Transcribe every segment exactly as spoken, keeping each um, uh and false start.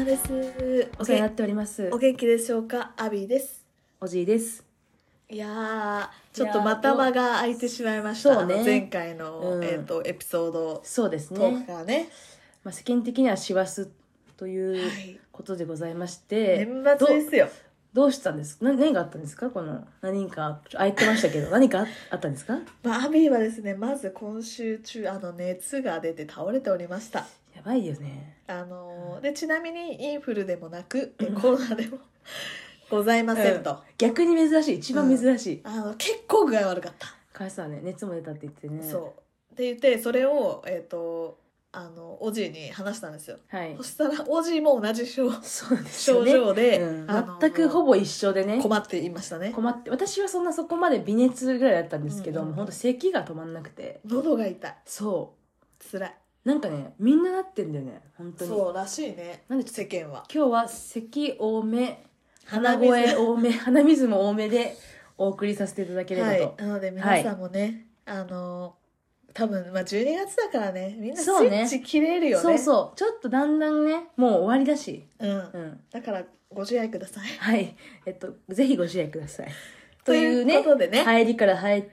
です。 お世話になっております。 お元気でしょうか。アビーです。 おじいです。 いやーちょっとまた間が空いてしまいました。 そうね、 前回の、 うんえー、とエピソードそうですね、 トークがね、 まあ、世間的には師走ということでございまして、 はい、年末ですよ。 ど, どうしたんですか。何があったんですか。この何か空いてましたけど何かあったんですか。 まあ、アビーはですね、まず今週中あの熱が出て倒れておりました。 やばいよね。 あのでちなみにインフルでもなくコロナでもございませんと、うん、 逆に珍しい、一番珍しい、 うん、あの結構具合悪かった。 かわいそうね、熱も出たって言ってね。 そうって言ってそれをえっ、ー、とあのおじいに話したんですよ、 はい、 そしたらおじいも同じ症、 そうです、 ね、症状で、 うん、全くほぼ一緒でね、 困っていましたね。 困って、私はそんなそこまで微熱ぐらいだったんですけど、うんうん、もうほんと咳が止まんなくて喉が痛い。 そう辛い。 なんかね、みんななってんだよね、本当に。 そうらしいね。なんで世間は今日は咳多め、鼻声多め、鼻水も多めでお送りさせていただければと、はい、 なので皆さんもね、はい、あの多分まあじゅうにがつだからね、みんなスイッチ切れるよね。 そうそう、ちょっとだんだんね、もう終わりだし、 うん、うん、だからご自愛ください。 はい、えっとぜひご自愛くださいというね、ことでね、 入りから入って、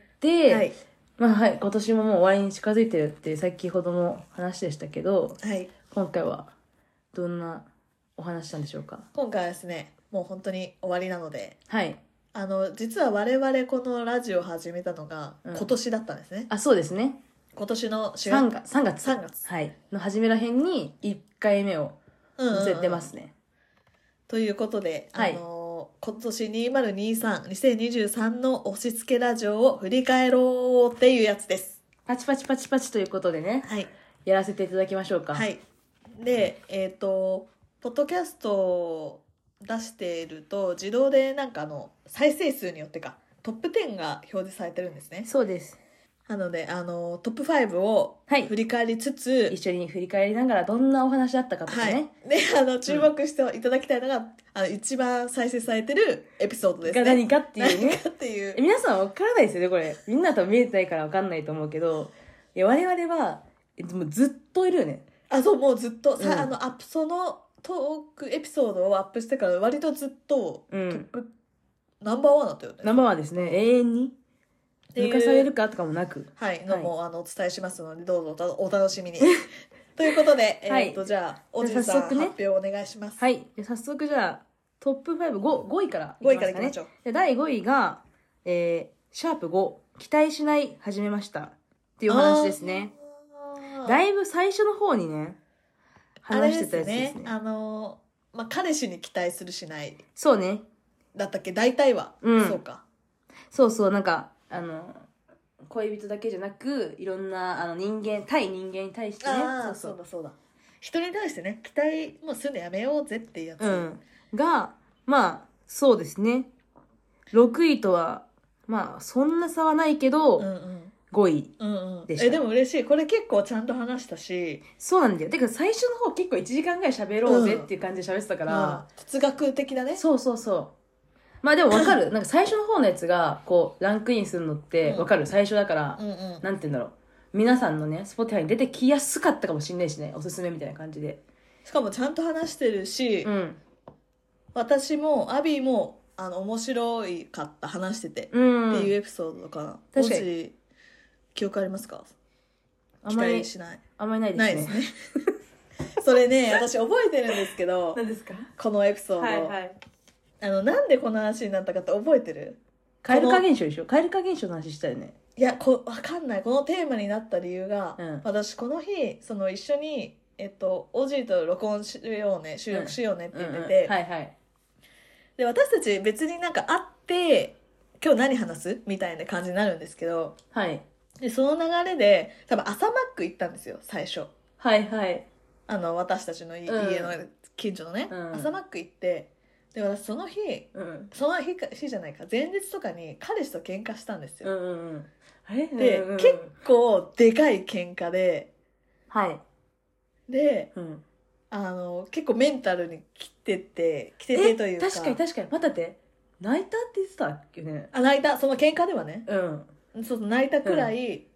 はい、 まあはい、今年ももう終わりに近づいてるって先ほどの話でしたけど、 はい、 今回はどんなお話なんでしょうか。 今回はですね、もう本当に終わりなので、 はい、 あの実は我々このラジオを始めたのが今年だったんですね、 うん、あ、そうですね、 今年のさんがつ、さんがつ、 さんがつ、 はい、の初めらへんにいっかいめを載せてますね、うんうんうん、 ということで、はい、あの今年にせんにじゅうさん、にせんにじゅうさんの押し付けラジオを振り返ろうっていうやつです。 パチパチパチパチということでね、 はい、 やらせていただきましょうか。 はい。で、えっとポッドキャストを出していると自動でなんかあの再生数によってかトップじゅうが表示されてるんですね。 そうです。 なのであのトップごを振り返りつつ、はい、 一緒に振り返りながらどんなお話だったかとかね、はい、 であの注目していただきたいのが、うん、あの一番再生されてるエピソードですね。 が何かっていうね。 何かっていう皆さん分からないですよねこれ。みんなと見えてないから分かんないと思うけど、いや我々はもうずっといるよね。 あ、そう、もうずっと、うん、あのアップそのトークエピソードをアップしてから割とずっとトップ、うん、ナンバーワンだったよね。 ナンバーワンですね。永遠に抜かされるかとかもなく、 はいのも、はい、あのお伝えしますのでどうぞお楽しみにということで、はい、えー、とじゃあおじさん、ね、発表お願いします。 はい、早速じゃあトップご、ごいからいきますかね。 ごいからいきましょう。 でだいごいが、えー、シャープご、期待しない始めましたっていう話ですね。だいぶ最初の方にね話してたやつですね。 あれですね、あのまあ彼氏に期待するしない、 そうね、 だったっけ大体は、うん、そうか、 そうそう、なんかあの恋人だけじゃなくいろんなあの人間対人間に対してね、 あそうそうそうだそうだ、人に対してね期待もうするのやめようぜっていうやつ、うん、 がまあそうですね、ろくいとはまあそんな差はないけど、うんうん、ごいでした、うんうん、 えでも嬉しい、これ結構ちゃんと話したし。 そうなんだよ。てか最初の方結構いちじかんぐらい喋ろうぜっていう感じで喋ってたから、うんうん、 哲学的なね。 そうそうそう、まあでも分かるなんか最初の方のやつがこうランクインするのって分かる、うん、最初だから、うんうん、なんて言うんだろう、皆さんのね Spotify に出てきやすかったかもしれないしね、おすすめみたいな感じで、 しかもちゃんと話してるし、うん、私もアビーもあの面白いかった話してて、うん、っていうエピソードかな。確かに記憶ありますか？期待しない。 あんまりないですね。 ないですねそれね私覚えてるんですけど何ですかこのエピソード、はいはい、あのなんでこの話になったかって覚えてる？ 蛙化現象でしょ。蛙化現象の話したよね。 いやこ分かんない。このテーマになった理由が、うん、私この日その一緒に、えっと、おじいと録音しようね収録しようねって言ってて、うんうんうん、はいはい、で私たち別になんか会って今日何話すみたいな感じになるんですけど、はい、でその流れで多分朝マック行ったんですよ最初。 はいはい、 あの私たちの、うん、家の近所のね、うん、朝マック行って、で私その日、うん、その日か日じゃないか前日とかに彼氏と喧嘩したんですよ、うんうんうん、あれで、うんうん、結構でかい喧嘩で、はいで、うん、あの結構メンタルに来てて来ててというか、 確かに確かに、待って泣いたって言ってたっけね。 あ泣いた、その喧嘩ではね、うん、そうそう泣いたくらい、うん、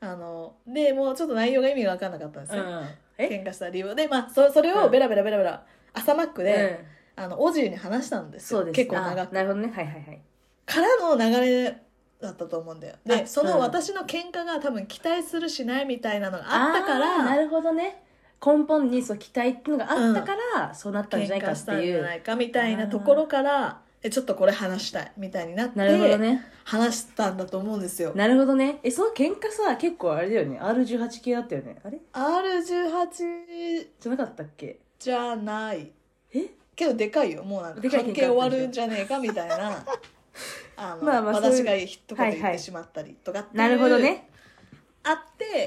あのでもうちょっと内容が意味が分かんなかったんですよ、うん、喧嘩した理由で、まあ、そ, それをベラベラベラベラ朝マックで、うん、あのオジーに話したんですよ。そうです。結構長く。 なるほどね。はいはいはい。 からの流れだったと思うんだよ。で、その私の喧嘩が多分期待するしないみたいなのがあったから、 なるほどね。根本にそう期待っていうのがあったから、うん、そうなったんじゃないかっていう。喧嘩したんじゃないかみたいなところから、え、ちょっとこれ話したいみたいになって、 なるほどね。 話したんだと思うんですよ。 なるほどね。え、その喧嘩さ、結構あれだよね。アールじゅうはち 系だったよね。あれアールじゅうはちじゃなかったっけ？ じゃない。 え？ けどでかいよ。もうなんか関係終わるんじゃねえかみたいな。あの、まあまあ、私が一言言ってしまったりとかっていう、はいはい、なるほどね。あって、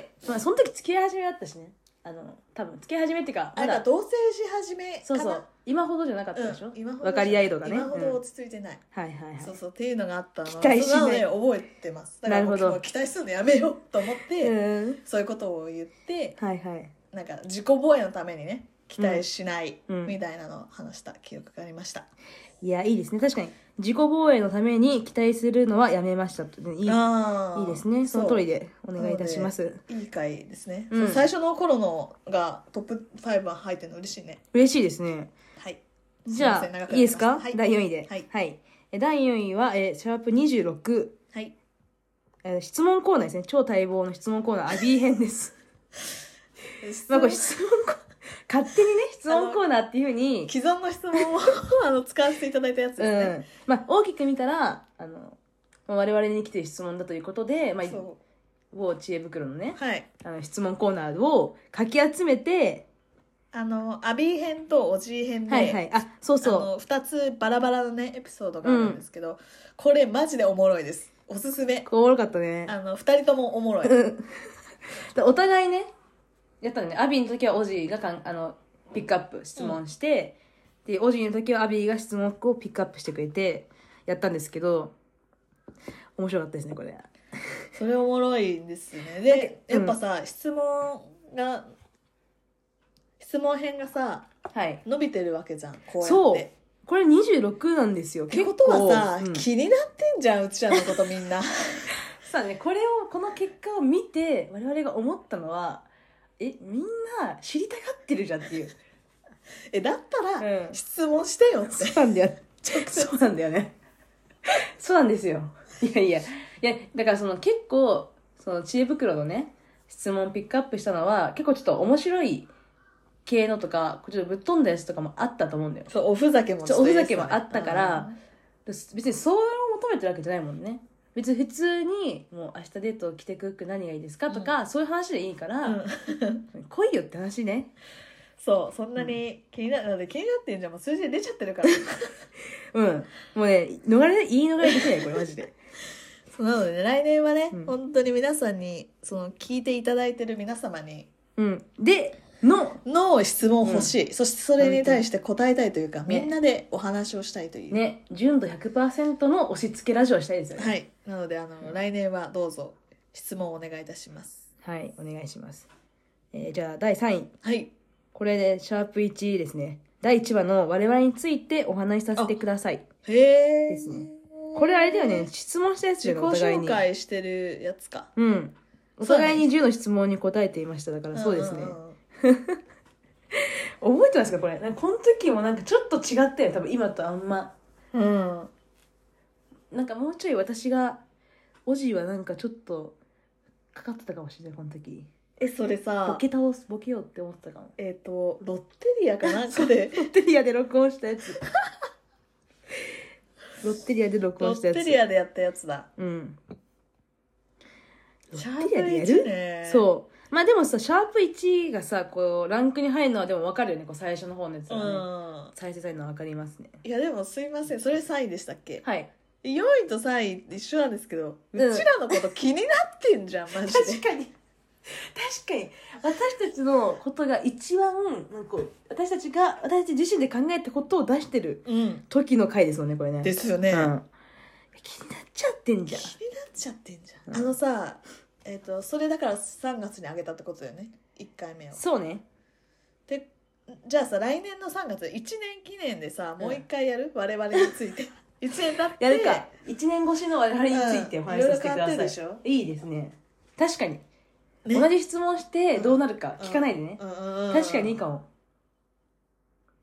まあその時付き合い始めだったしね。あの多分付き合い始めっていうか、 まだ同棲し始めかな。 そうそう。今ほどじゃなかったでしょ。うん、 今ほど分かり合い度がね。 今ほど落ち着いてない。 うん、はいはいはい。 そうそうっていうのがあったの。 期待しない。 なので覚えてます。だからもう今日期待するのやめようと思って、うん、そういうことを言って、 はいはい。 なんか自己防衛のためにね。期待しないみたいなのを話した記憶がありました、 うん、いやいいですね。確かに自己防衛のために期待するのはやめましたと、ね、いい、いいですね。その通りでお願いいたします。 いい回ですね、うん、最初の頃のがトップファイブ入ってるの嬉しいね。 嬉しいですね。 はい。 じゃあいいですか、はい、だいよんいで、はいはい、だいよんいはえシャープにじゅうろく、はい、え質問コーナーですね。超待望の質問コーナーアビー編ですまあこれ質問コーナー勝手にね質問コーナーっていうふうに既存の質問をあの使わせていただいたやつですね、うん、 まあ大きく見たらあの我々に来てる質問だということで、まあ、某知恵袋のね、はい、あの質問コーナーをかき集めてあのアビー編とオジー編で、 はいはい、あそうそうあのふたつバラバラのねエピソードがあるんですけど、うん、これマジでおもろいです。おすすめ。 おもろかったね。 あのふたりともおもろいお互いねやったのね。アビーの時はオジーがかんあのピックアップ質問して、うん、でオジーの時はアビーが質問をピックアップしてくれてやったんですけど面白かったですねこれ。 それおもろいんですよね。で、やっぱさ、うん、質問が質問編がさ、はい、伸びてるわけじゃんこうやって。そうこれにじゅうろくなんですよ。 ってことはさ、うん、気になってんじゃんうちらのことみんなさあねこれをこの結果を見て我々が思ったのはえみんな知りたがってるじゃんっていうえだったら、うん、質問してよって。 そうなんだよそうなんだよねそうなんですよ。いやいやいやだからその結構その知恵袋のね質問ピックアップしたのは結構ちょっと面白い系のとかちょっとぶっ飛んだやつとかもあったと思うんだよ。 そうおふざけもおふざけもあったから、うん、別にそう求めてるわけじゃないもんね。別に普通にもう明日デート着てく服何がいいですかとか、うん、そういう話でいいから、うん、来いよって話ね。 そうそんなに気になる、うん、気になってんじゃん。もう数字で出ちゃってるからうんもうね逃れ言い逃れできないこれマジでそうなので、ね、来年はね、うん、本当に皆さんにその聞いていただいてる皆様に、 うん、でのの質問欲しい、うん、そしてそれに対して答えたいというか、ね、みんなでお話をしたいというね純度 ひゃくパーセント の押し付けラジオをしたいですよね。 はいなのであの、うん、来年はどうぞ質問をお願いいたします。 はいお願いします、えー、じゃあだいさんい、 はい、 これでシャープいちですね。だいいちわの我々についてお話しさせてください。 へえですね。これあれだよね質問したやつじゃん。お互いに自己紹介してるやつか。 うんお互いにじゅうの質問に答えていました。だからそうですね、うんうんうん覚えてますかこれ。なんかこの時もなんかちょっと違ったよ多分今とあんま。うんなんかもうちょい私がオジーはなんかちょっとかかってたかもしれないこの時。 えそれさボケ倒すボケようって思ってたかも。 えっ、ー、とロッテリアかなんかでロッテリアで録音したやつロッテリアで録音したやつ。 ロッテリアでやったやつだ。 うんロッテリアでやるね。 そうまあでもさシャープいちがさこうランクに入るのはでも分かるよね。こう最初の方のやつはね、うん、再生されるのは分かりますね。 いやでもすいませんそれさんいでしたっけ。 はいよんいとさんい一緒なんですけど、うん、うちらのこと気になってんじゃんマジで。 確かに確かに私たちのことが一番なんか私たちが私たち自身で考えたことを出してる時の回ですよねこれね。 ですよね、うん、 気になっちゃってんじゃん。 気になっちゃってんじゃん、うん、あのさえー、とそれだからさんがつにあげたってことだよねいっかいめを。 そうね。 でじゃあさ来年のさんがついちねん記念でさもういっかいやる、うん、我々についていちねん経ってやるか。いちねん越しの我々についてお話しさせてください、うん、いろいろ変わってるでしょ。いいですね確かに、ね、同じ質問してどうなるか聞かないでね、うんうんうんうん、確かにいいかも。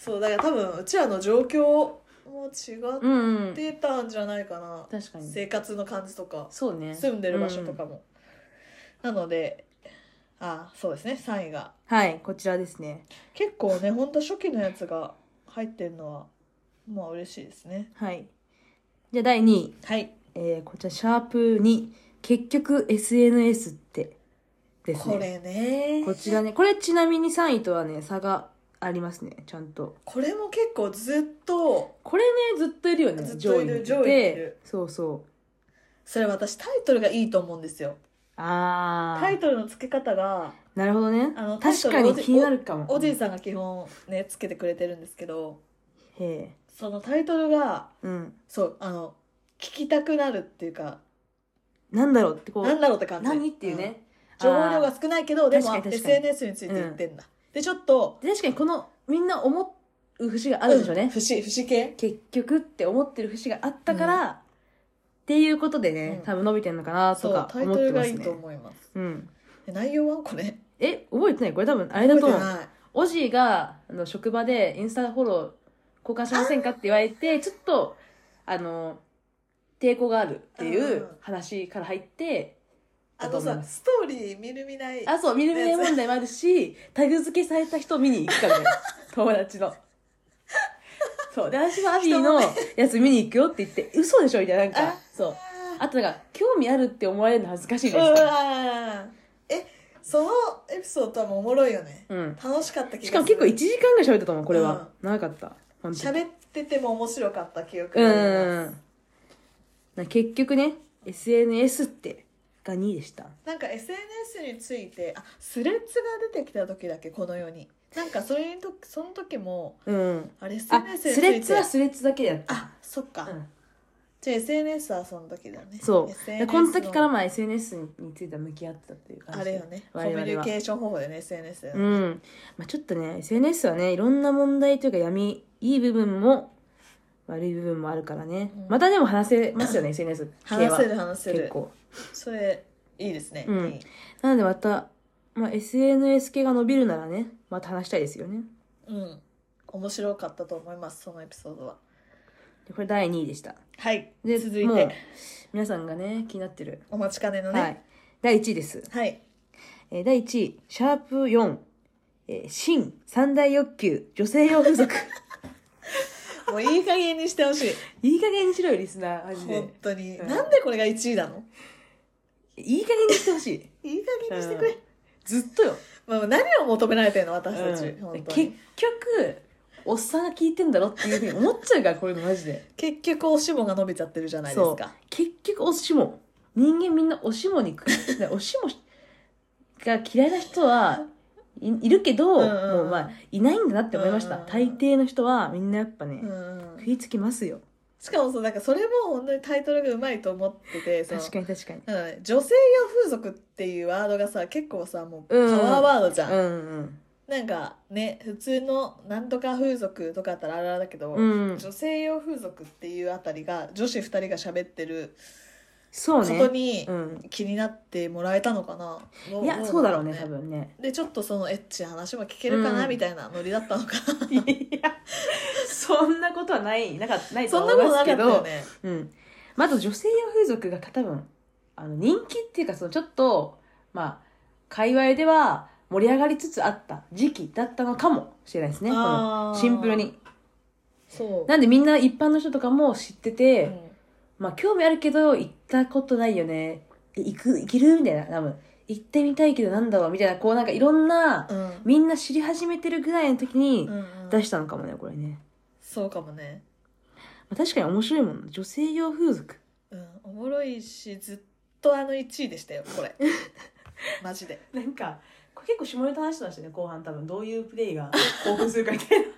そうだから多分うちらの状況も違ってたんじゃないかな、うんうん、 確かに生活の感じとかそうね住んでる場所とかも、うん、なのであそうですねさんいがはいこちらですね。 結構ねほんと初期のやつが入ってるのはまあ嬉しいですね。 はい。じゃあだいにい、 はいえー、こちらシャープに結局 エスエヌエス ってですね。 これねこちらねこれちなみにさんいとはね差がありますねちゃんと。 これも結構ずっとこれねずっといるよねずっといる上位にいる。 そうそうそれ私タイトルがいいと思うんですよ。 あタイトルの付け方がなるほどね。 あの確かに気になるかも。 おじいさんが基本ねつけてくれてるんですけどへえそのタイトルが、 うん、 そうあの聞きたくなるっていうかなんだろうってこうなんだろうって感じ何っていうね、 うん、情報量が少ないけどでも エスエヌエス について言ってんだ、うん、でちょっと確かにこのみんな思う節があるでしょうね、うん、 節節系結局って思ってる節があったから、うん、っていうことでね、うん、多分伸びてんのかなとか思ってますね。 そうタイトルがいいと思います、 うん、 内容はこれえ覚えてないこれ多分あれだと思う。おじいがあの職場でインスタフォロー交換しませんかって言われてちょっとあの抵抗があるっていう話から入ってあのさストーリー見る見ないあそう見る見ない問題もあるしタグ付けされた人見に行くかみたいな友達のそうで私はアビーのやつ見に行くよって言って嘘でしょみたいななんかそうあとなんか興味あるって思われるの恥ずかしいですか、 えそのエピソードはもうおもろいよね、うん、楽しかった気がする。 しかも結構いちじかんぐらい喋ったと思うこれは、うん、長かった喋ってても面白かった記憶があります。 うん結局ね エスエヌエス ってがにいでした。 なんか エスエヌエス についてあスレッズが出てきた時だけこの世になんかそれにとその時も、 うん、 あれ エスエヌエス についてスレッズはスレッズだけでやった。 あそっか、うん、じゃあ エスエヌエス はその時だね。 そう エスエヌエス この時からまあ エスエヌエス については向き合ってたっていう感じ。 あれよねコミュニケーション方法でね エスエヌエス だよね、 うんまあ、ちょっとね エスエヌエス はねいろんな問題というか闇いい部分も悪い部分もあるからね、うん、またでも話せますよねエスエヌエス 系は話せる話せる結構それいいですね、 うん、いいなのでまた、まあ、エスエヌエス 系が伸びるならねまた話したいですよね。 うん面白かったと思いますそのエピソードは。 これだいにいでした。 はいで続いて皆さんがね気になってるお待ちかねのね、はい、 だいいちいです。 はい、 えー、だいいちいシャープよん、えー、新三大欲求女性用風俗もういい加減にしてほしいいい加減にしろよリスナーマジで本当に、うん、なんでこれがいちいなの。 いい加減にしてほしいいい加減にしてくれ、うん、 ずっとよ、 まあ、何を求められてるの私たち、 うん、 本当に結局おっさんが聞いてんだろっていうふうに思っちゃうからこういうのマジで結局おしもが伸びちゃってるじゃないですか。 結局おしも人間みんなおしもにくおしもが嫌いな人はいいるけど、うんうん、もうまあいないんだなって思いました、うんうん、大抵の人はみんなやっぱね、うんうん、食いつきますよ。 しかもそうなんかそれも本当にタイトルがうまいと思ってて確かに確かに、 ね、女性用風俗っていうワードがさ結構さもうパワーワードじゃん、うんうん、なんかね普通のなんとか風俗とかだったらあるあるだけど、うん、女性用風俗っていうあたりが女子ふたりが喋ってるそうね、 ことに気になってもらえたのかな、 うん、いやそうだろうね多分ね。 でちょっとそのエッチな話も聞けるかな、うん、みたいなノリだったのかな。 いやそんなことはないなかないと思いますけどそんなことなかったよね、うんまあ、あと女性用風俗が多分あの人気っていうかそのちょっとまあ界隈では盛り上がりつつあった時期だったのかもしれないですね。このシンプルにそうなんでみんな一般の人とかも知ってて、うんまあ興味あるけど行ったことないよね行く行けるみたいな多分行ってみたいけどなんだろうみたいなこうなんかいろんな、うん、みんな知り始めてるぐらいの時に出したのかもね、うんうん、これね。 そうかもね、 まあ、確かに面白いもん女性用風俗うんおもろいしずっとあのいちいでしたよこれマジでなんかこれ結構下ネタ話してましたね後半多分どういうプレイが興奮するかみたいな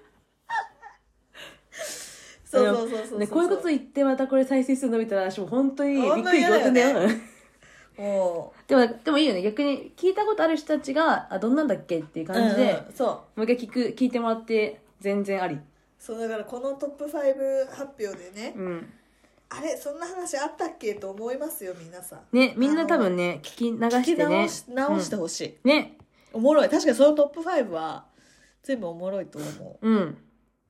そうそうそうそうそう、こういうこと言ってまたこれ再生数伸びたら私も本当にびっくり仰天だよおでもでもいいよね逆に聞いたことある人たちがあどんなんだっけっていう感じで、うんうん、そうもう一回聞く聞いてもらって全然あり。 そうだからこのトップご発表でね、うん、あれそんな話あったっけと思いますよ皆さんねみんな多分ね聞き流してね聞き直し、直してほしい、 うん、ねおもろい確かにそのトップごは全部おもろいと思う。 うん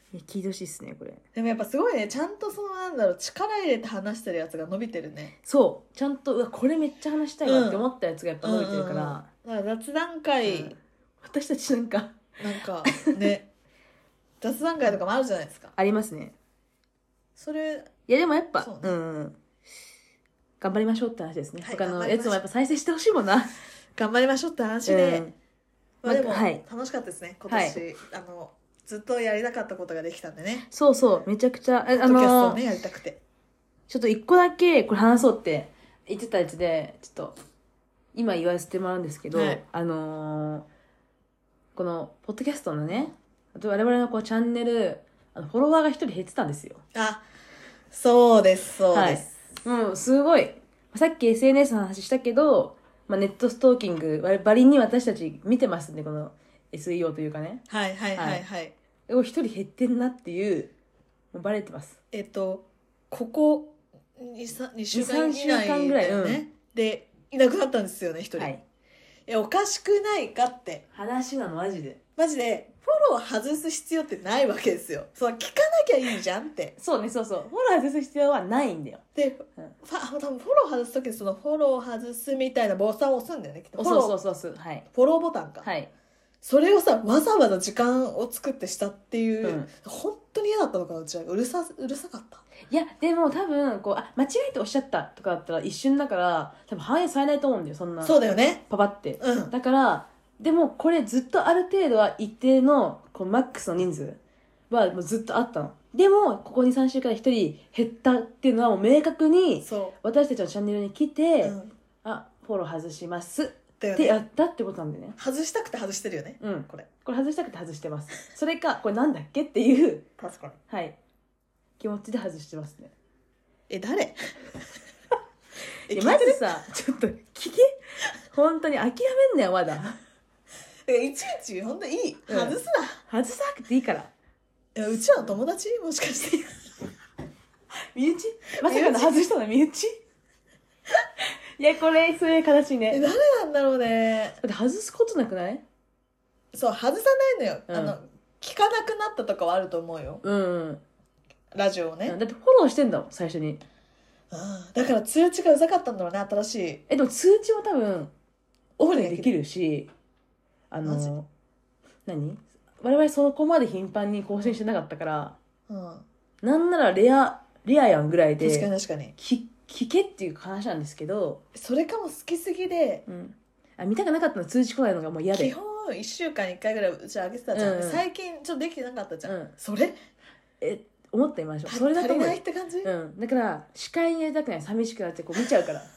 いや聞いてほしいっすねこれ。 でもやっぱすごいね、ちゃんとそのなんだろう力入れて話してるやつが伸びてるね。 そうちゃんとうわこれめっちゃ話したいわって思ったやつがやっぱ伸びてるから、 うんうんうん、だから雑談会、うん、 私たちなんかなんかね雑談会とかもあるじゃないですか。 ありますね。 それいやでもやっぱう、ね、うん頑張りましょうって話ですね、はい、他のやつもやっぱ再生してほしいもんな。 頑張りましょうって話で、うん、まあでも、 はい、 楽しかったですね今年、はい、あのずっとやりたかったことができたんでね。 そうそうめちゃくちゃポッドキャストをねやりたくて、 ちょっと一個だけこれ話そうって言ってたやつでちょっと今言わせてもらうんですけど、はい、あのー、このポッドキャストのねあと我々のこうチャンネルあのフォロワーが一人減ってたんですよ。 あそうですそうです、 はい、もうすごいさっき エスエヌエス の話したけど、まあ、ネットストーキングばりに私たち見てますんでこの エスイーオー というかねはいはいはいはい、はい一人減ってんなっていうもうバレてます。 えっとここ に,さん にしゅうかん以内ぐらい、ね、うん、でいなくなったんですよね一人、はい、いやおかしくないかって話なのマジでマジでフォロー外す必要ってないわけですよ。そう聞かなきゃいいじゃんって。 そうねそうそうフォロー外す必要はないんだよ。 で、うん、ファ多分フォロー外す時にそのフォロー外すみたいなボタンを押すんだよねきっと。 そうそうそうそうはいフォローボタンかはいそれをさわざわざ時間を作ってしたっていう、うん、本当に嫌だったのかなうちはうるさうるさかった。 いやでも多分こうあ間違えておっしゃったとかだったら一瞬だから多分反映されないと思うんだよそんな。 そうだよねパパって、 うん、 だからでもこれずっとある程度は一定のこうマックスの人数はもうずっとあったの。でもここ に,さん 週間でひとり減ったっていうのはもう明確に私たちのチャンネルに来て、うん、あフォロー外しますってやったってことなんでね。 外したくて外してるよね。 うんこれこれ外したくて外してます。それかこれなんだっけっていう確かにはい気持ちで外してますね。 え誰えマジさちょっと聞け本当に諦めんなよまだ。 いちいち本当にいい外すな、うん、 外さなくていいから。 いやうちは友達もしかして身内まさかの外したの身内いやこれそれ悲しいね。 誰なんだろうね。 だって外すことなくない？ そう外さないのよ、うん、あの聞かなくなったとかはあると思うよ、 うん、うん、 ラジオをね、 うん、だってフォローしてんだもん最初に。 あだから通知がうざかったんだろうね新しい。 えでも通知は多分オフでできるしあの何我々そこまで頻繁に更新してなかったから、うん、なんならレアレアやんぐらいで確かに確かに聞聞けっていう話なんですけどそれかも好きすぎで、 うん、あ見たくなかったの通知来ないのがもう嫌で基本いっしゅうかんにいっかいぐらいうち上げてたじゃん、うん、最近ちょっとできてなかったじゃん、うん、それえ思った今でしょそれだと思う。 足りないって感じ、 うん、だから視界に入れたくない寂しくなってこう見ちゃうから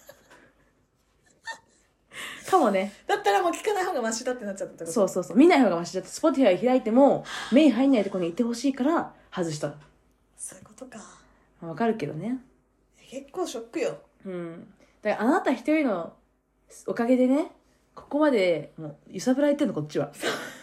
かもね。 だったらもう聞かない方がマシだってなっちゃったってこと。 そうそうそう見ない方がマシだって。 Spotify 開いても目入んないところにいてほしいから外した。 そういうことか。 わかるけどね。 結構ショックよ。 うんだからあなた一人のおかげでねここまでもう揺さぶられてんのこっちは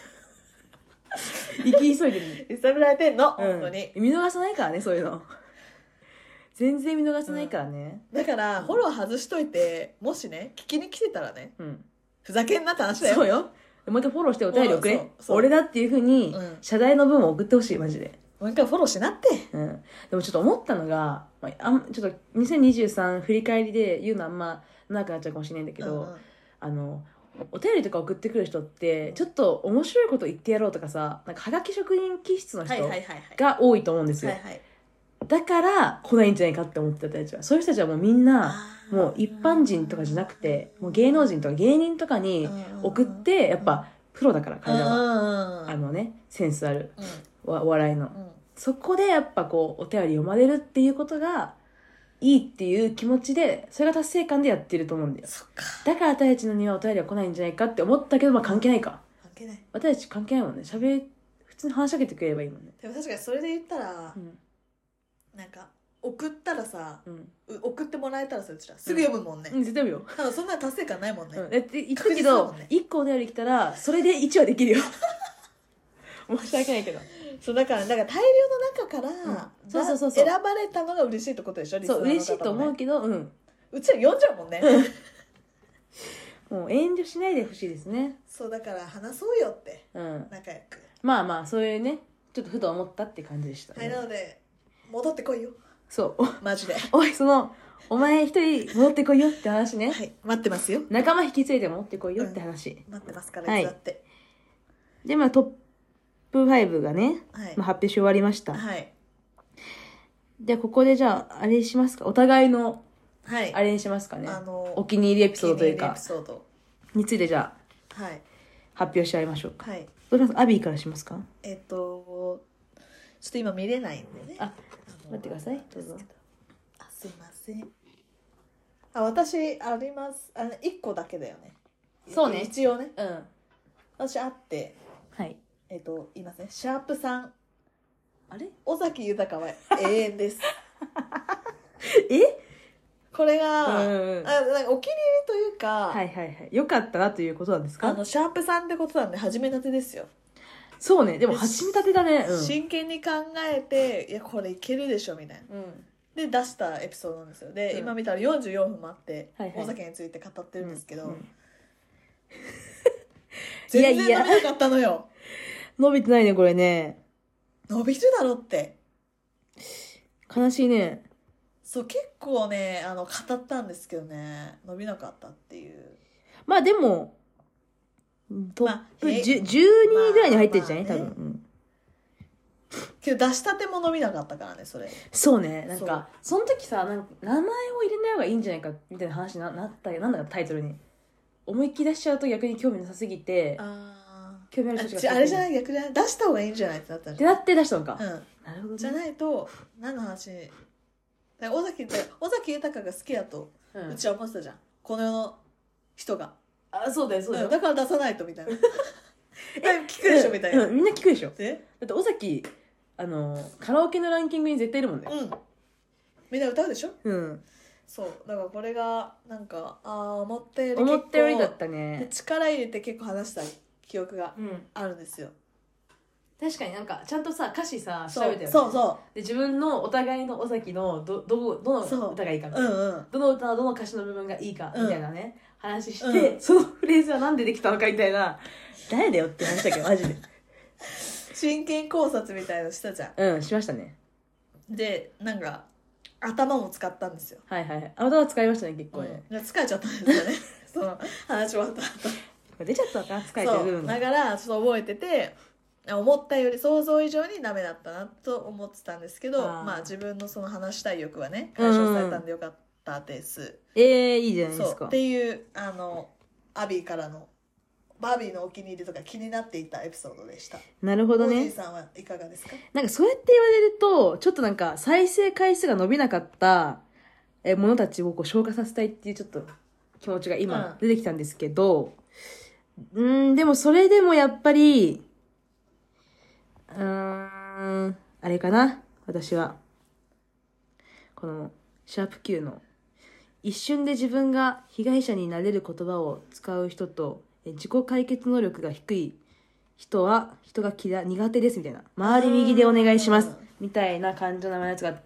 生き急いでる。 揺さぶられてんの、 うん、 本当に見逃さないからねそういうの全然見逃さないからね、 うん、だからフォロー外しといてもしね聞きに来てたらね、うん、ふざけんなって話だよ。 そうよ。もう一回フォローしてお便り送れ。俺だっていう風に謝罪の文を送ってほしいマジで。 もう一回フォローしなって、 うん、でもちょっと思ったのが、まあ、あちょっとにせんにじゅうさん振り返りで言うのあんま長くなっちゃうかもしれないんだけど、うんうん、あのお便りとか送ってくる人ってちょっと面白いこと言ってやろうとかさなんかはがき職人気質の人が多いと思うんですよ、はいはいはい、だから来ないんじゃないかって思ってた人たちはそういう人たちはもうみんなもう一般人とかじゃなくてもう芸能人とか芸人とかに送ってやっぱプロだから彼らはあのねセンスあるお笑いのそこでやっぱこうお便り読まれるっていうことがいいっていう気持ちでそれが達成感でやってると思うんだよ。 そっか。 だから私たちのにはお便りは来ないんじゃないかって思ったけどまあ関係ないか。 関係ない。 私たち関係ないもんね。喋普通に話しかけてくれればいいもんね。 でも確かにそれで言ったら、うん、なんか送ったらさ、うん、送ってもらえたらさうちらすぐ読むもんね。 うん、絶対読むよ。 ただそんな達成感ないもんね。 うん、だって言ったけど、ね、いっこお便り来たらそれでいちはできるよ。申し訳ないけど。 そうだからだから大量の中から、うん、 そうそうそうそう選ばれたのが嬉しいってことでしょ。 そう嬉しいと思うけど、うん、 うちら読んじゃうもんね。 もう遠慮しないでほしいですね。 そうだから話そうよって、うん、仲良くまあまあそういうねちょっとふと思ったって感じでした、 ね、はい、なので戻ってこいよ。 そうマジでおいそのお前一人戻ってこいよって話ね。 はい、待ってますよ。 仲間引き連れて戻ってこいよって話、 うん、待ってますからいつだって、はい、 でまあトップファイブがね、 はい、 まあ、発表し終わりました。 はい。 でここでじゃああれしますか、お互いのはい、 あれにしますかね、 あのお気に入りエピソードというかについてじゃあ、はい、 発表してやりましょうか。 はい。 どうします？アビーからしますか？ えっとちょっと今見れないんでね。 あ、待ってください。どうぞ。 あ、すいません。あ、私あります。あのいっこだけだよね。 そうね。 一応ね。 うん。 私あって。 はい。 えっと言いますね。シャープさん。 あれ？ 尾崎豊は永遠です。 え？ これが、 うんうん、 あなんかお気に入りというか、 はいはいはい、よかったなということなんですか？ あのシャープさんってことなんで始めたてですよ。 そうね、でも始めたてだね、 うん、真剣に考えていやこれいけるでしょみたいな、うん、で出したエピソードなんですよ。で、うん、今見たらよんじゅうよんぷんもあって、はいはい、尾崎について語ってるんですけど、うんうん、全然伸びなかったのよ。いやいや伸びてないねこれね。 伸びるだろって。 悲しいね。そう結構ねあの語ったんですけどね伸びなかったっていう。 まあでもトップじゅうにいぐらいに入ってるじゃない、まあまあね、多分、うん、 けど出したても伸びなかったからねそれ。 そうね、なんか そ, その時さなんか名前を入れない方がいいんじゃないかみたいな話に な, なったなんだかタイトルに思いっきり出しちゃうと逆に興味なさすぎて、 あ興味ある人しかあれじゃない逆じゃない出した方がいいんじゃないってなったんじゃんってなって出したのか、 うん、 なるほど、ね、 じゃないと何の話尾崎って尾崎豊が好きだとうちは思ってたじゃん、うん、この世の人が。 あ、そうだよそうだよ、 うん、だから出さないとみたいなえ聞くでしょみたいな、 うん、みんな聞くでしょ。だって尾崎あのカラオケのランキングに絶対いるもんね。 うん、みんな歌うでしょ。 うん、そうだからこれがなんかあ思ったより思ったよりだったね。 力入れて結構話した記憶があるんですよ、 うん、確かになんかちゃんとさ歌詞さ調べてよね。 そうそうで自分のお互いの尾崎の ど, ど, どの歌がいいかみたいな、うんうん、どの歌のどの歌詞の部分がいいかみたいなね、うん、話して、うん、そのフレーズはなんでできたのかみたいな誰だよって話だけどマジで真剣考察みたいのしたじゃん。 うんしましたね。 でなんか頭も使ったんですよ。 はいはい頭使いましたね結構ね、 うん、疲れちゃったんですよねその話終わった後出ちゃったのか疲れてる部分が。だからちょっと覚えてて思ったより想像以上にダメだったなと思ってたんですけど、あまあ自分のその話したい欲はね解消されたんでよかったです、うん、 えー、いいじゃないですか。 そうっていうあのアビーからのバービーのお気に入りとか気になっていたエピソードでした。 なるほどね。 オージーさんはいかがですか？ なんかそうやって言われるとちょっとなんか再生回数が伸びなかったものたちをこう消化させたいっていうちょっと気持ちが今出てきたんですけど、うん、うんでもそれでもやっぱりうーんあれかな、私はこのシャープ Q の一瞬で自分が被害者になれる言葉を使う人と自己解決能力が低い人は人が嫌苦手ですみたいな、周り右でお願いしますみたいな感じのやつがあって、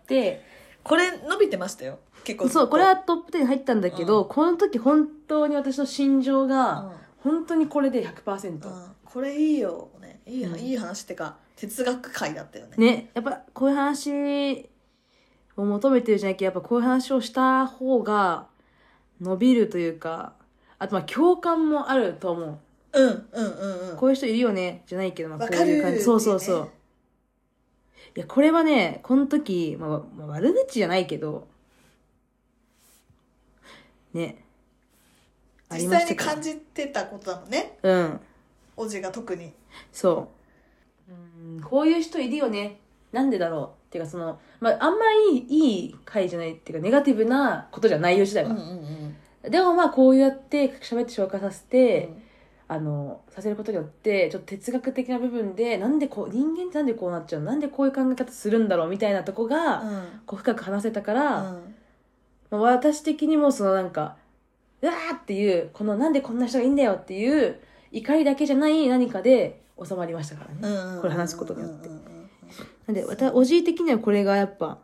これ伸びてましたよ結構。 そうこれはトップテンに入ったんだけど、うん、この時本当に私の心情が本当にこれで ひゃくパーセント、うん、 これいいよね、いい、うん、いい話ってか哲学会だったよね。 ね、やっぱこういう話を求めてるじゃなきゃやっぱこういう話をした方が伸びるというか、あとまあ共感もあると思う。 うんうんうんうん。 こういう人いるよねじゃないけど、まあ、こういう感じ。そうそうそう。いやこれはねこの時、まあまあ、悪口じゃないけどね実際に感じてたことだもんね。うん。おじが特に。 そう。うんこういう人いるよね。なんでだろうっていうかその、まあ、あんまいいいい回じゃないっていうかネガティブなことじゃ内容自体は。うんうんうん、でもまあこうやって喋って消化させて、うん、あのさせることによってちょっと哲学的な部分でなんでこう人間ってなんでこうなっちゃうの、なんでこういう考え方するんだろうみたいなとこが、うん、こう深く話せたから、うんまあ、私的にもそのなんかうわーっていうこのなんでこんな人がいいんだよっていう怒りだけじゃない何かで収まりましたからね、うんうんうんうん、これ話すことによって。なんで私おじい的にはこれがやっぱ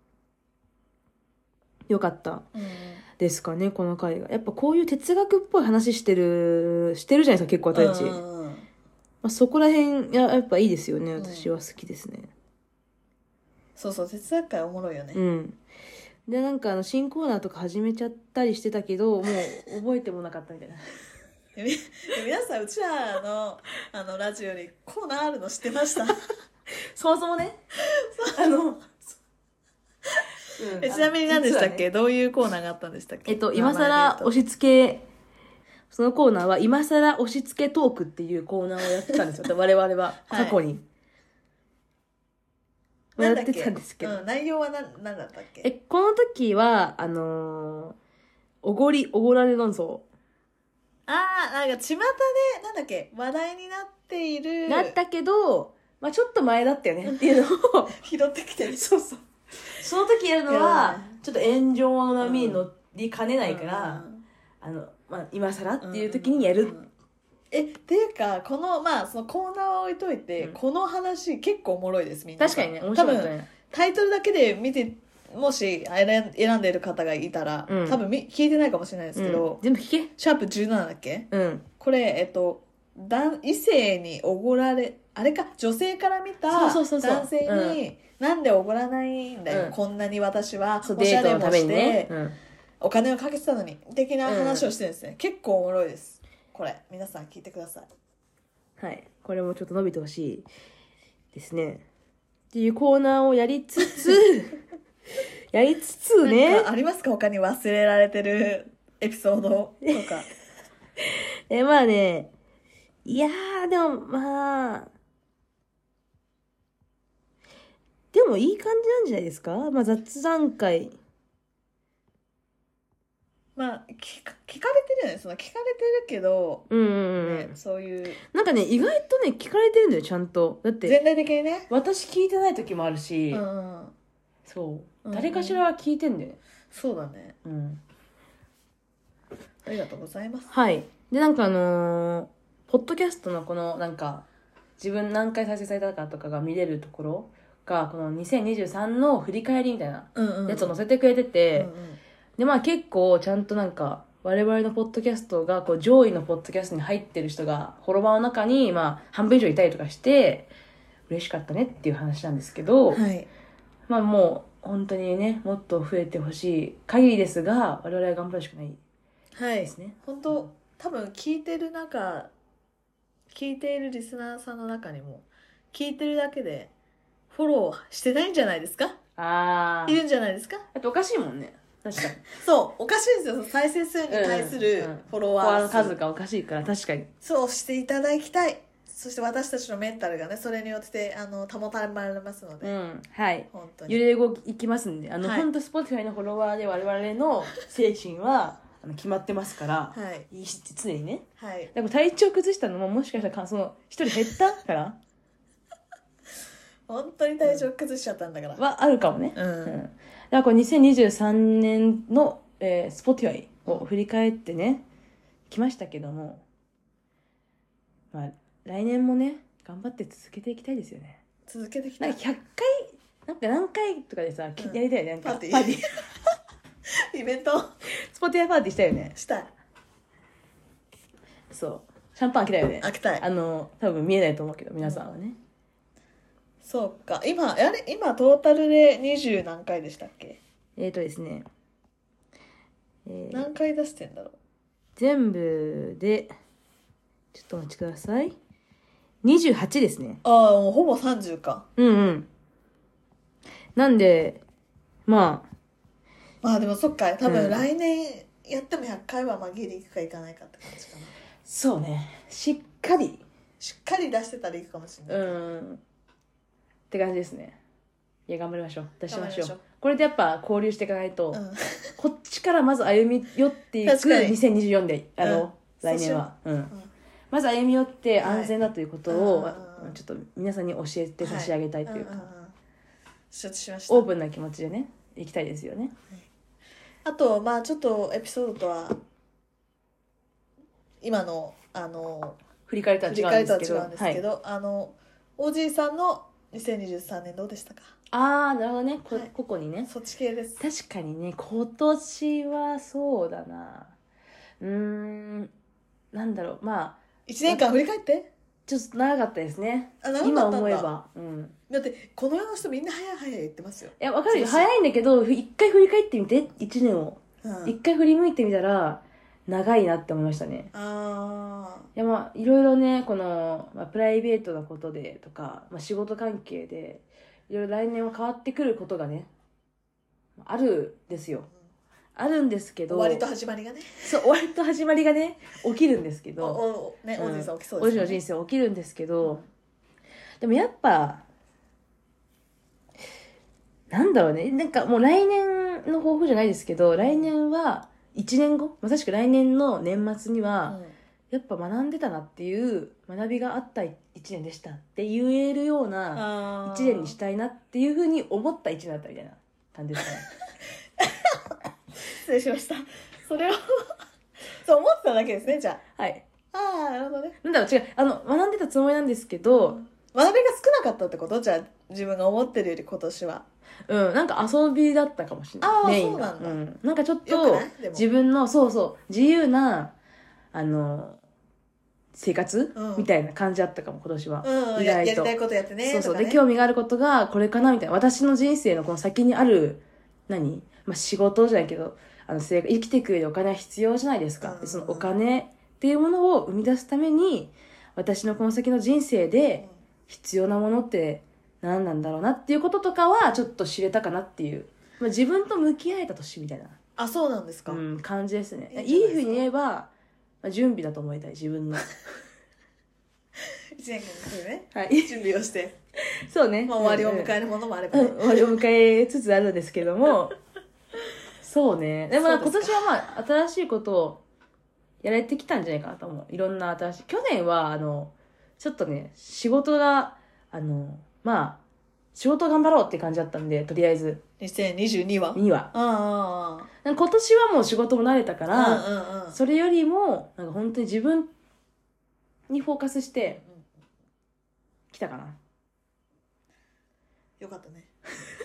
良かったですかね、うん、この回がやっぱこういう哲学っぽい話してるしてるじゃないですか結構私たち、うんうん、 まあ、そこら辺ややっぱいいですよね。私は好きですね、うん、 そうそう、哲学会おもろいよね。 うんでなんかあの新コーナーとか始めちゃったりしてたけどもう覚えてもなかったみたいな皆さんうちらのあのラジオにコーナーあるの知ってましたそもそもねあの、うん、 えちなみに何でしたっけ、ね、どういうコーナーがあったんでしたっけ。 えっと今更押し付けそのコーナーは今更押し付けトークっていうコーナーをやってたんですよ我々は過去に、はいやってたんですけど、 うん、内容は何何だったっけ。 えこの時はあのー、おごりおごられ論争。 ああ、なんか巷でなんだっけ話題になっているなったけど、まあ、ちょっと前だったよねっていうのを拾ってきてるそうそうその時やるのはちょっと炎上の波に乗りかねないから、うん、あのまあ、今更っていう時にやる、うんうんうん、 えっていうかこのまあそのコーナーを置いといて、うん、この話結構おもろいです。みんな確かにね面白い、ね、多分タイトルだけで見てもし選んでいる方がいたら、うん、多分聞いてないかもしれないですけど、 うん、全部聞け。 シャープじゅうななだっけ、 うん、 これえっと異性におごられあれか女性から見た男性になんでおごらないんだよ、うん、こんなに私はおしゃれもして、ねうん、お金をかけてたのに的な話をしてるんですね、うん、結構おもろいです。これ皆さん聞いてください。 はい、これもちょっと伸びてほしいですねっていうコーナーをやりつつやりつつね。 なんかありますか他に忘れられてるエピソードとかえまあねいやーでもまあでもいい感じなんじゃないですか。まあ雑談会まあ聞か、聞かれてるよね。その聞かれてるけど、 うんうんうん、 ね、そういうなんかね意外とね聞かれてるんだよちゃんと。だって全体的にね私聞いてない時もあるし、 うんうん、 そう、うんうん、誰かしらは聞いてんだよね。 そうだね、 うん、 ありがとうございます。 はいでなんかあのー、ポッドキャストのこのなんか自分何回再生されたかとかが見れるところがこのにせんにじゅうさんの振り返りみたいなやつを載せてくれてて、うんうん、でまあ結構ちゃんとなんか我々のポッドキャストがこう上位のポッドキャストに入ってる人がフォロワーの中にまあ半分以上いたりとかして嬉しかったねっていう話なんですけど、 はい、 まあもう本当にねもっと増えてほしい限りですが我々は頑張るしかないですね。 はい、本当多分聞いてる中聞いているリスナーさんの中にも聞いてるだけでフォローしてないんじゃないですか。 あいるんじゃないですか。 だっておかしいもんね。確かにそうおかしいですよ。再生数に対するフォロワー、 うんうん、フォロワーの数がおかしいから確かにそうしていただきたい。そして私たちのメンタルがねそれによってあの保たれますので、 うん、はい本当に揺れ動きいきますんであの、はい、本当 Spotify のフォロワーで我々の精神はあの決まってますから、 はい、 常にね、 はい、 でも体調崩したのももしかしたらその一人減ったから本当に体調崩しちゃったんだから、 うん、はあるかもね、 うんうん、 だからこれにせんにじゅうさんねんの、えー、Spotify を振り返ってね来ましたけども、まあ来年もね頑張って続けていきたいですよね。 続けていきたい。 なんかひゃっかいなんか何回とかでさ、うん、やりたいよね。なんかパーティーパーティーイベントスポティアパーティーしたいよね。 したい。 そうシャンパン開けたいよね。 開けたい。 あの多分見えないと思うけど皆さんはね、うん、 そうか今あれ今トータルでにじゅう何回でしたっけ。 えーとですね、 えー、何回出してんだろう。 全部でちょっとお待ちください。にじゅうはちですね。 ああもうほぼさんじゅうか。 うんうんなんでまあまあでもそっか多分来年やってもひゃっかいはまあギリいくかいかないかって感じかな。 そうねしっかりしっかり出してたらいくかもしれない。 うんって感じですね。いや頑張りましょう出しましょう。これでやっぱ交流していかないと、うん、こっちからまず歩み寄っていくにせんにじゅうよんであの、うん、来年は、うんうん、まず歩み寄って安全だということを、はい、ちょっと皆さんに教えて差し上げたいというか、はい、 承知しました。 オープンな気持ちでねいきたいですよね、 はい、あとまあちょっとエピソードとは今のあの振り返りとは違うんですけど、 うんですけどはい、あのオージーさんのにせんにじゅうさんねんどうでしたか。 ああなるほどね、はい、ここにねそっち系です。 確かにね今年はそうだなうーんなんだろうまあいちねんかん振り返ってちょっと長かったですね。 あ、長かったんだ。 今思えば、うん、 だってこの世の人みんな早い早い言ってますよ。 いやわかるよ、早いんだけど一回振り返ってみていちねんを、うん、一回振り向いてみたら長いなって思いましたね。ああ。いやまあいろいろねこの、まあ、プライベートなことでとか、まあ、仕事関係でいろいろ来年は変わってくることがねあるんですよ、うん、あるんですけど、 終わりと始まりがね、 そう終わりと始まりがね起きるんですけど、 おおね、おじいさん起きそうですね。 おじいの人生起きるんですけど、うん、でもやっぱなんだろうね、なんかもう来年の抱負じゃないですけど、来年はいちねんご、まさしく来年の年末には、うん、やっぱ学んでたなっていう学びがあったいちねんでしたって言えるようないちねんにしたいなっていうふうに思ったいちねんだったみたいな感じですかね。 失礼しました。それをそう思ってただけですね、じゃあ。はい。ああ、なるほどね。 なんだろう、違う、あの学んでたつもりなんですけど、うん、 学びが少なかったってこと？じゃあ自分が思ってるより今年は。 うん、なんか遊びだったかもしれない。 ああ、 メインが。 そうなんだ。うん、 なんかちょっと自分のそうそう自由なあの生活、うん、みたいな感じだったかも今年は。 うん、意外と や, やりたいことやってね。 そうそう、ね、で興味があることがこれかなみたいな、私の人生のこの先にある何、まあ、仕事じゃないけどあの生きていく上でお金は必要じゃないですか。うんうん、でそのお金っていうものを生み出すために私のこの先の人生で必要なものって何なんだろうなっていうこととかはちょっと知れたかなっていう、まあ、自分と向き合えた年みたいな、 あ、そうなんですか、 うん、感じですね。いいふうに言えば、まあ、準備だと思いたい自分のいちねんかんでね、 はい、 準備をしてそうね、 まあ、終わりを迎えるものもあればね、 うん、終わりを迎えつつあるんですけどもそうね、でも今年はまあ新しいことをやられてきたんじゃないかなと思う。いろんな新しい、去年はあのちょっとね仕事があのまあ仕事頑張ろうって感じだったんで、とりあえずにせんにじゅうにはにはああ今年はもう仕事も慣れたから、うんうんうん、それよりもなんか本当に自分にフォーカスしてきたかな。 よかったね。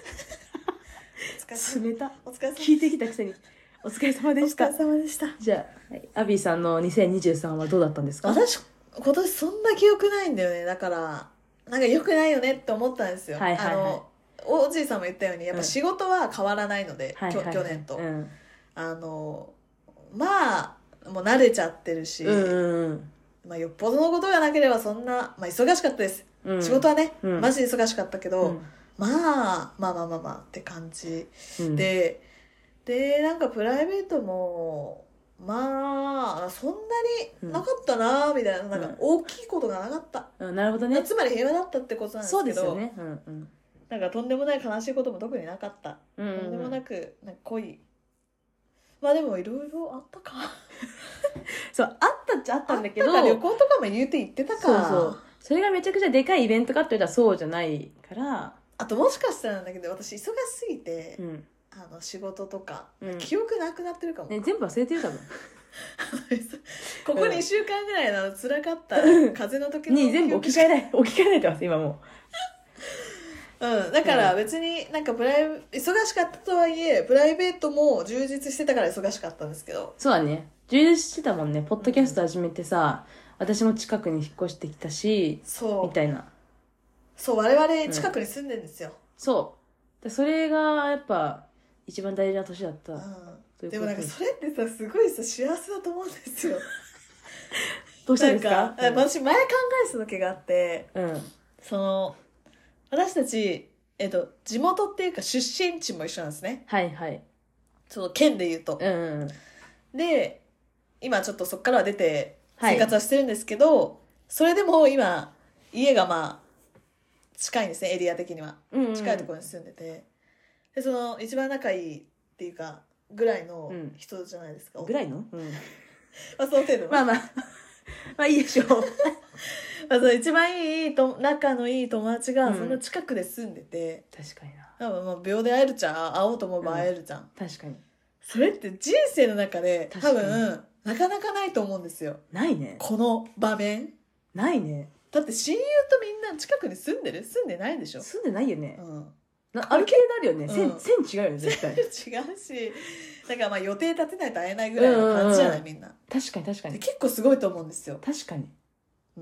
冷た。お疲れ様。聞いてきたくせにお疲れ様でした。 お疲れ様でした。 じゃあ、はい、アビーさんのにせんにじゅうさんはどうだったんですか？ 私今年そんな記憶ないんだよね。だからなんか良くないよねって思ったんですよ。はいはいはい、あのおじいさんも言ったようにやっぱ仕事は変わらないので、うん、去年と、うん、あのまあもう慣れちゃってるし、うんうん、まあ、よっぽどのことがなければそんな、まあ、忙しかったです、うん、仕事はね、うん、マジで忙しかったけど、うん、まあまあまあまあまあって感じ、うん、ででなんかプライベートもまあそんなになかったなみたいな、うん、なんか大きいことがなかった、 うん、なるほどね。 つまり平和だったってことなんですけど、そうですよね、うんうん、なんかとんでもない悲しいことも特になかった、うんうん、とんでもなくなんか恋、まあでもいろいろあったかそうあったっちゃあったんだけど、 旅行とかも言うて行ってたか、 そうそう、それがめちゃくちゃでかいイベントかって言ったらそうじゃないから。 あともしかしたらなんだけど私忙しすぎて、うん、あの仕事とか、うん、記憶なくなってるかも、 ね、全部忘れてる多分ここにしゅうかんぐらいの辛かった風邪の時のに全部置き換えない置き換えないてます今もう、うん、だから別になんかプライ忙しかったとはいえプライベートも充実してたから忙しかったんですけど、 そうだね、充実してたもんね。ポッドキャスト始めてさ、うん、私も近くに引っ越してきたし、そうみたいな、 そう我々近くに住んでるんですよ、うん、 そうでそれがやっぱ一番大事な年だった、 うん、でもなんかそれってさすごいさ幸せだと思うんですよどうしたんですか？ なんか、うん、私前考えた時があって、うん、その私たち、えっと、地元っていうか出身地も一緒なんですね。はいはい。その県で言うと、うんうん、で今ちょっとそこからは出て生活はしてるんですけど、はい、それでも今家がまあ近いんですね、エリア的には、うんうん、近いところに住んでて、でその一番仲いいっていうかぐらいの人じゃないですか、 うん、ぐらいの、うん、 まあその程度まあまあまあいいでしょうまあその一番いいと仲のいい友達がその近くで住んでて、 うん、確かにな、 多分まあ秒で会えるじゃん、会おうと思えば会えるじゃん、うん、 確かにそれって人生の中で多分なかなかないと思うんですよ。 ないね、 この場面ないね。だって親友とみんな近くに住んでる？住んでないでしょ。 住んでないよね、うん、なある程度あるよね、うん、線, 線違うよね絶対違うし、だからまあ予定立てないと会えないぐらいの感じじゃない、うんうんうん、みんな。 確かに確かに。 結構すごいと思うんですよ。 確かに、 うん、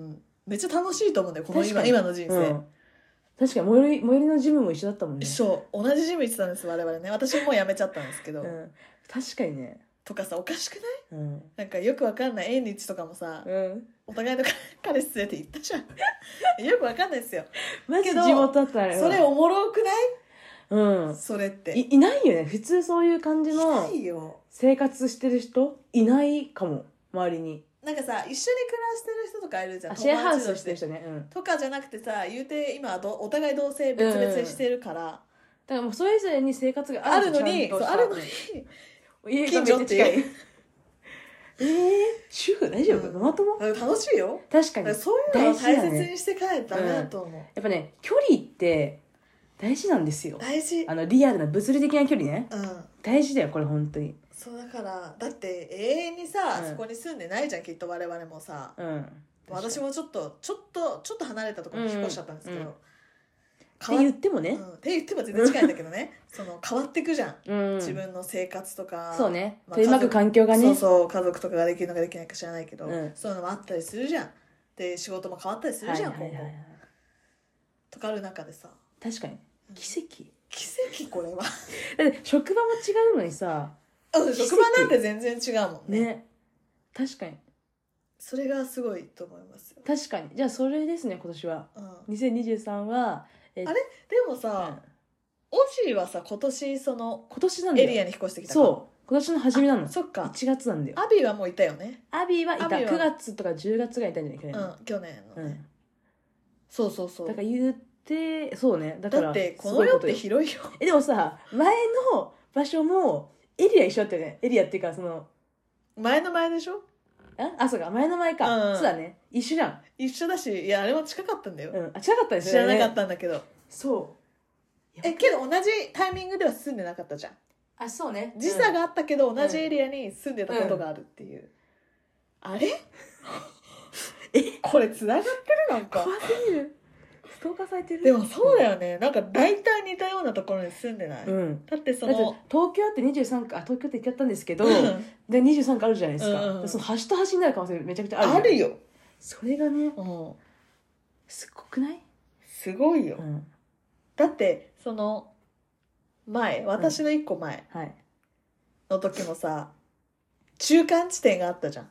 めっちゃ楽しいと思うんだよこの今今の人生、うん、 確かに最寄り最寄りのジムも一緒だったもんね。 一緒同じジム行ってたんです我々ね。私もう辞めちゃったんですけど、うん、 確かにね。 とかさおかしくない、うん、なんかよくわかんない縁日とかもさ、うん、お互いの彼氏連れて行ったじゃんよくわかんないですよマジ地元だったらそれおもろくない？ うん、 それってい, いないよね普通そういう感じの生活してる人いないかも周りに。 なんかさ一緒に暮らしてる人とかいるじゃん。 シェアハウスしてる人ね、うん、 とかじゃなくてさ言うて今どお互い同性別々にしてるから、うん、だからもうそれぞれに生活があるのにそうあるのに家がめっちゃ近いえー、主婦大丈夫、うん、ママ友楽しいよ。 確かにそういうのを大切にして帰ったなと思う、うん、やっぱね距離って大事なんですよ。 大事。 あのリアルな物理的な距離ね、うん、大事だよこれ本当に。 そうだからだって永遠にさ、うん、そこに住んでないじゃんきっと我々もさ、うん、私もちょっとちょっとちょっと離れたところに引っ越しちゃったんですけど、うんうん、 って言ってもね、うん、 って言っても全然近いんだけどねその変わってくじゃん、うん、自分の生活とかそうね、まあ、取り巻く環境がね、 そうそう家族とかができるのかできないか知らないけど、うん、そういうのもあったりするじゃん。で仕事も変わったりするじゃん、はいはいはいはい、今後とかある中でさ確かに奇跡、うん、 奇跡これはだって職場も違うのにさ、 うん、職場なんて全然違うもんね。 ね確かにそれがすごいと思いますよ。 確かに。じゃあそれですね今年は、うん、にせんにじゅうさんはえあれでもさ、うん、オジーはさ今年その今年なんだよエリアに引っ越してきたからそう今年の初めなの。 そっかいちがつなんだよ。 アビーはもういたよね。 アビーはいたくがつとかじゅうがつぐらいいたんじゃない去年の、うん、去年の、ね、うん、そうそうそうだから言ってそうねだからだってこの世って広いよえでもさ前の場所もエリア一緒だったよね。エリアっていうかその前の前でしょ。 ああそうか前の前か、うん、そうだね一緒じゃん。 一緒だしいやあれも近かったんだよ、 うん、あ近かったですよね。知らなかったんだけどそうえけど同じタイミングでは住んでなかったじゃん。 あそうね時差があったけど、うん、同じエリアに住んでたことがあるっていう、うん、あれえこれ繋がってるなんか怖すぎる。ストーカーされてる。 でもそうだよね。なんか大体似たようなところに住んでない、うん、だってその東京ってにじゅうさんか東京って言っちゃったんですけど、うん、でにじゅうさんかあるじゃないですか、うんうん、その端と端になる可能性めちゃくちゃある。 あるよそれがね、うん、すごくない？ すごいよ、うん、だってその前私のいっこまえの時もさ、中間地点があったじゃん。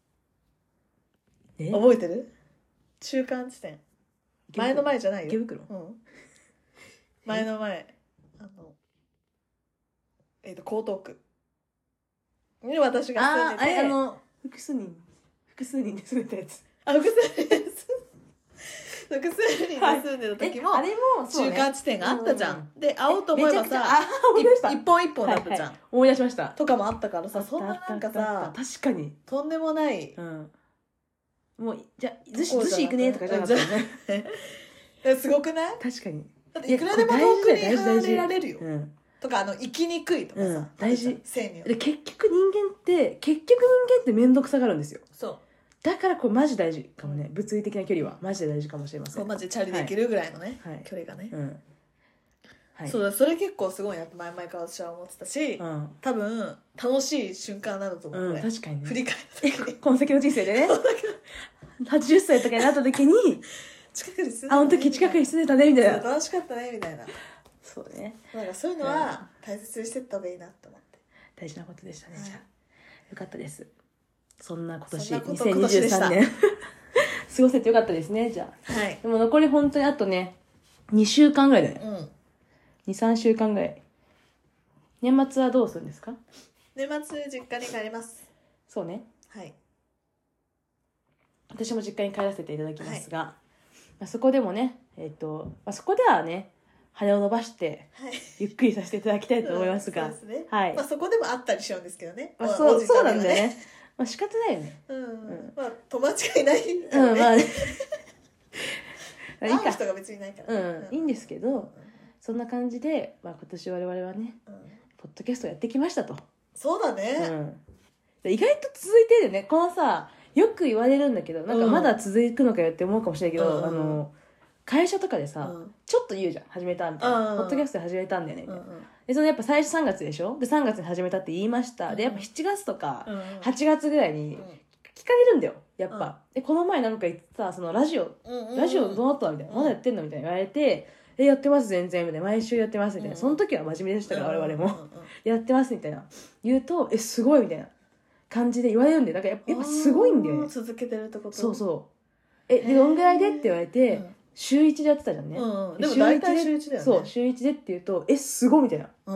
え覚えてる？中間地点前の前じゃないよ。 池袋、 うん、前の前あのえっ、ー、と江東区に私が住んでて、 ああれあの複数人複数人で住んでたやつ。 あ複数人です複数人で住んでた時も、はい、あれも中間地点があったじゃん、うん、で会おうと思えばさ一本一本だったじゃん、はいはい、 思い出しましたとかもあったからさそんななんかさ確かにとんでもない、 うん、もうじゃあ逗子逗子行くねとかじゃなかったねすごくない？ 確かにだっていくらでも遠くに離れられるよ、うん、とかあの行きにくいとかさ、うん、 大事。で結局人間って結局人間って面倒くさがるんですよ。そうだからこれマジ大事かもね。物理的な距離はマジで大事かもしれません。 そうマジでチャリで行けるぐらいのね、はい、距離がね、うんはい、そうだそれ結構すごいなって前々から私は思ってたし、うん、多分楽しい瞬間なんだと思う、うん、 確かにね。 振り返った時にこの先の人生でねはちじゅっさいとかになった時に近くに住んでたね、 あの時近くに住んでたねみたいな。 楽しかったねみたいな。 そうね。 なんかそういうのは大切にしてった方がいいなと思って、 大事なことでしたね、はい、じゃあよかったです。そんな今年にせんにじゅうさんねん過ごせてよかったですね。じゃあ、はい、でも残り本当にあとねにしゅうかんぐらいだよ、うん、にさんしゅうかんぐらい。年末はどうするんですか？ 年末実家に帰ります。 そうね。 はい。 私も実家に帰らせていただきますが、はい、まあ、そこでもね、えーとまあ、そこではね羽を伸ばしてゆっくりさせていただきたいと思いますが、はい、そうですね。はい。 まあそこでもあったりしちゃうんですけどね。 まあ、そう、ね、そうなんだよね。まあ仕方ないよね。 うん。うん、まあ友達がいないからね。うん、まあね。会う人が別にいないから、ね。 うん、うん、いいんですけど、うん、そんな感じで、まあ、今年我々はね、うん、ポッドキャストやってきましたと。 そうだね。 うん。意外と続いてるよね。このさ、よく言われるんだけど、なんかまだ続くのかよって思うかもしれないけど、うん、あの会社とかでさ、うん、ちょっと言うじゃん、始めたみたいな、うん、ポッドキャストで始めたんだよねみたいな、うん、でそのやっぱ最初さんがつでしょ。でさんがつに始めたって言いました、うん、でやっぱしちがつとかはちがつぐらいに聞かれるんだよやっぱ、うん、えこの前なんか言ってたそのラジオ、うんうんうん、ラジオどうなったみたいな、まだやってんのみたいな言われて、えやってます全然みたいな毎週やってますみたいな、うん、その時は真面目でしたから、うん、我々も、うんうんうん、やってますみたいな言うとえすごいみたいな感じで言われるんでなんかやっぱやっぱすごいんだよね。 続けてるってこと。 そうそうえでどんぐらいでって言われて、うん、週一でやってたじゃんね、 うんうん、でも大体週一だよね。 そう週一でって言うとえすごいみたいな、うん、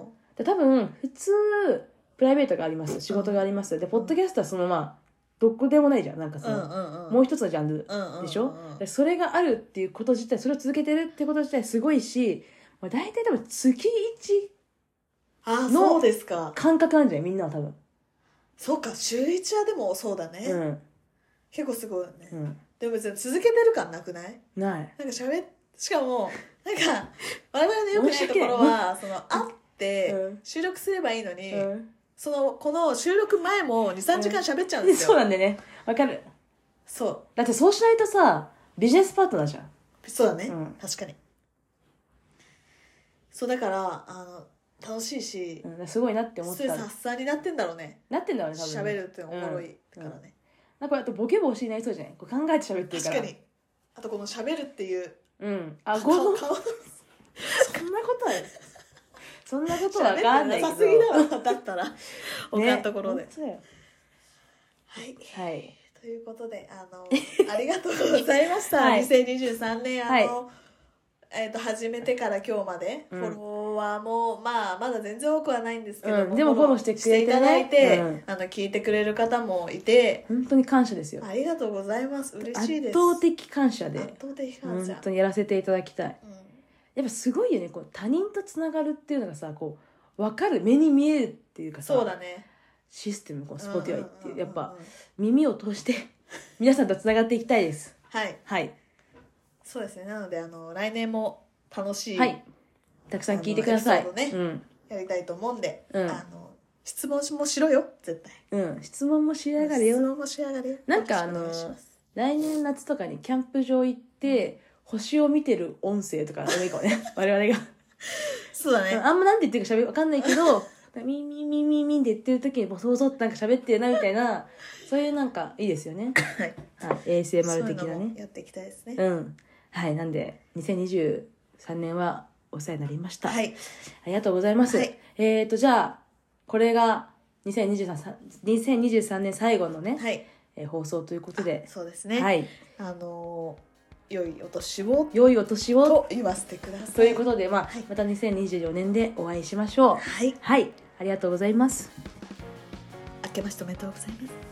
で多分普通プライベートがあります仕事があります、うん、でポッドキャストはそのまあどこでもないじゃんなんかその、うんうんうん、もう一つのジャンルでしょ、うんうんうん、それがあるっていうこと自体それを続けてるってこと自体すごいし、まあ、大体多分月いちの感覚なんじゃないみんなは多分。 そうか週いちはでもそうだね、うん、結構すごいよね、うん、でも別に続けてる感なくない？ ない。 なんか喋っしかもなんか我々の良くないところはその会って収録すればいいのに、うん、そのこの収録前も にさんじかん喋っちゃうんですよ、 うん、そうなんでねわかる。 そうだってそうしないとさビジネスパートナーじゃん。 そうだね、うん、確かにそうだからあの楽しいし、 うん、すごいなって思った。 ストレス発散になってんだろうね。 なってんだろうね多分ね。 喋るっておもろいからね、うんうん、 なんかあとボケ防止になりそうじゃないこう考えて喋ってるから。 確かに。あとこの喋るっていううんあごの顔そんなことはそんなことは分かんないけどさすぎだわだったら他のところで、 ね、 はい、 はい、 ということであのありがとうございました、はい、にせんにじゅうさんねんあの、はいえー、と始めてから今日まで、うん、フォロワーも、まあ、まだ全然多くはないんですけども、 うん、でもフォローしてくれて、ね、 していただいて、うん、あの聞いてくれる方もいて本当に感謝ですよ。 ありがとうございます嬉しいです。 圧倒的感謝で圧倒的感謝本当にやらせていただきたい、うん、やっぱすごいよねこう他人とつながるっていうのがさこう分かる目に見えるっていうかさそうだねシステムこうスポティファイっていうやっぱ耳を通して皆さんとつながっていきたいです。 はいはいそうですねなのであの来年も楽しい、 はい、たくさん聞いてください。 エピソードね、 うん、 やりたいと思うんで、 うん、 あの質問もしろよ絶対。 うん質問もしやがれよ。 質問もしやがれよ。 なんかあの来年夏とかにキャンプ場行って、うん、星を見てる音声とかでもいいかもね我々がそうだねあんまなんて言ってるかしゃべ分かんないけどミンミンミンミンミンって言ってる時にもう想像ってなんか喋ってるなみたいなそういうなんかいいですよねはい、はい、エーエスエムアール 的なねやっていきたいですね。 うんはいなんでにせんにじゅうさんねんはお世話になりました。 はい。 ありがとうございます。はい、えっ、ー、と、じゃあ、これがにせんにじゅうさん、にせんにじゅうさんねん最後のね、はい、えー、放送ということで。 そうですね。 はい。 あのー、良いお年を。 良いお年を。 と言わせてください。 ということで、まあ、はい、またにせんにじゅうよねんでお会いしましょう。 はい。 はい。ありがとうございます。 明けましておめでとうございます。